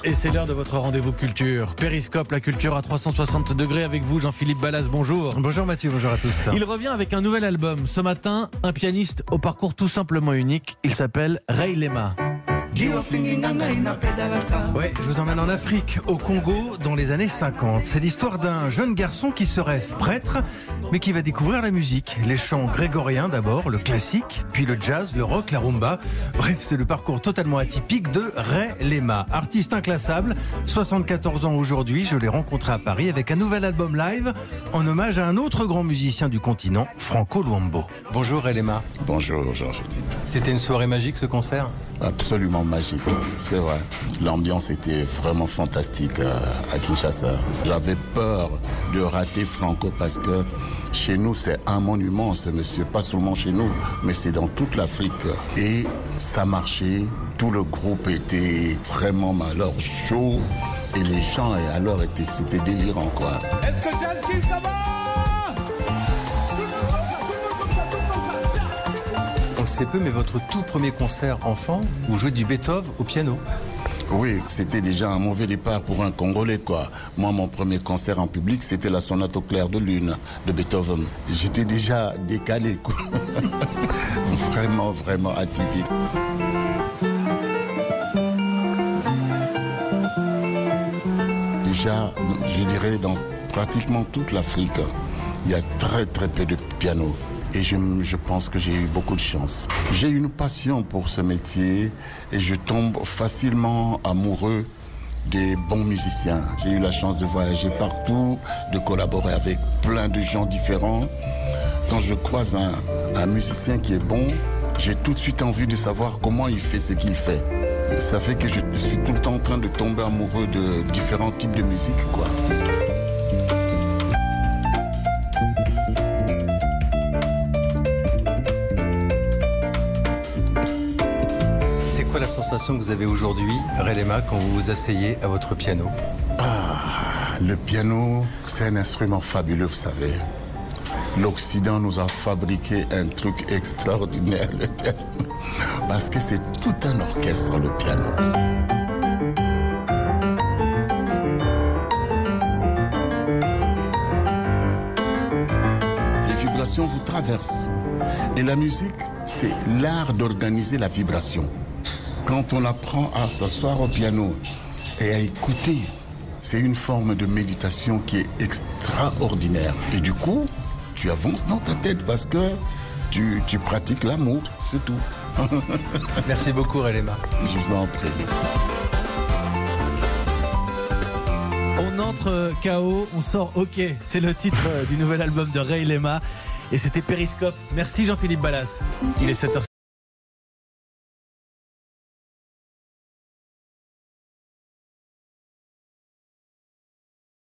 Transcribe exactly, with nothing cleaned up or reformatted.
Et c'est l'heure de votre rendez-vous culture. Périscope, la culture à trois cent soixante degrés avec vous, Jean-Philippe Ballas, bonjour. Bonjour Mathieu, bonjour à tous. Il revient avec un nouvel album. Ce matin, un pianiste au parcours tout simplement unique. Il s'appelle Ray Lema. Ouais, je vous emmène en Afrique, au Congo, dans les années cinquante. C'est l'histoire d'un jeune garçon qui se rêve prêtre, mais qui va découvrir la musique. Les chants grégoriens d'abord, le classique, puis le jazz, le rock, la rumba. Bref, c'est le parcours totalement atypique de Ray Lema. Artiste inclassable, soixante-quatorze ans aujourd'hui, je l'ai rencontré à Paris avec un nouvel album live en hommage à un autre grand musicien du continent, Franco Luambo. Bonjour Ray Lema. Bonjour Jean-Philippe. C'était une soirée magique ce concert ? Absolument magique, c'est vrai. L'ambiance était vraiment fantastique euh, à Kinshasa. J'avais peur de rater Franco parce que chez nous, c'est un monument, ce monsieur. Pas seulement chez nous, mais c'est dans toute l'Afrique. Et ça marchait, tout le groupe était vraiment alors chaud. Et les chants, et alors, étaient, c'était délirant, quoi. Est-ce que Jazz Kill, ça va? On le sait peu, mais votre tout premier concert enfant, vous jouez du Beethoven au piano. Oui, c'était déjà un mauvais départ pour un Congolais, quoi. Moi, mon premier concert en public, c'était la sonate au clair de lune de Beethoven. J'étais déjà décalé, quoi. Vraiment, vraiment atypique. Déjà, je dirais, dans pratiquement toute l'Afrique, il y a très, très peu de piano. Et je, je pense que j'ai eu beaucoup de chance. J'ai une passion pour ce métier et je tombe facilement amoureux des bons musiciens. J'ai eu la chance de voyager partout, de collaborer avec plein de gens différents. Quand je croise un, un musicien qui est bon, j'ai tout de suite envie de savoir comment il fait ce qu'il fait. Ça fait que je suis tout le temps en train de tomber amoureux de différents types de musique, quoi. C'est quoi la sensation que vous avez aujourd'hui, Ray Lema, quand vous vous asseyez à votre piano? Ah, le piano, c'est un instrument fabuleux, vous savez. L'Occident nous a fabriqué un truc extraordinaire, le piano. Parce que c'est tout un orchestre, le piano. Les vibrations vous traversent. Et la musique, c'est l'art d'organiser la vibration. Quand on apprend à s'asseoir au piano et à écouter, c'est une forme de méditation qui est extraordinaire. Et du coup, tu avances dans ta tête parce que tu, tu pratiques l'amour, c'est tout. Merci beaucoup, Ray Lema. Je vous en prie. On entre K O, on sort OK. C'est le titre du nouvel album de Ray Lema. Et c'était Périscope. Merci Jean-Philippe Ballas. Il est sept heures.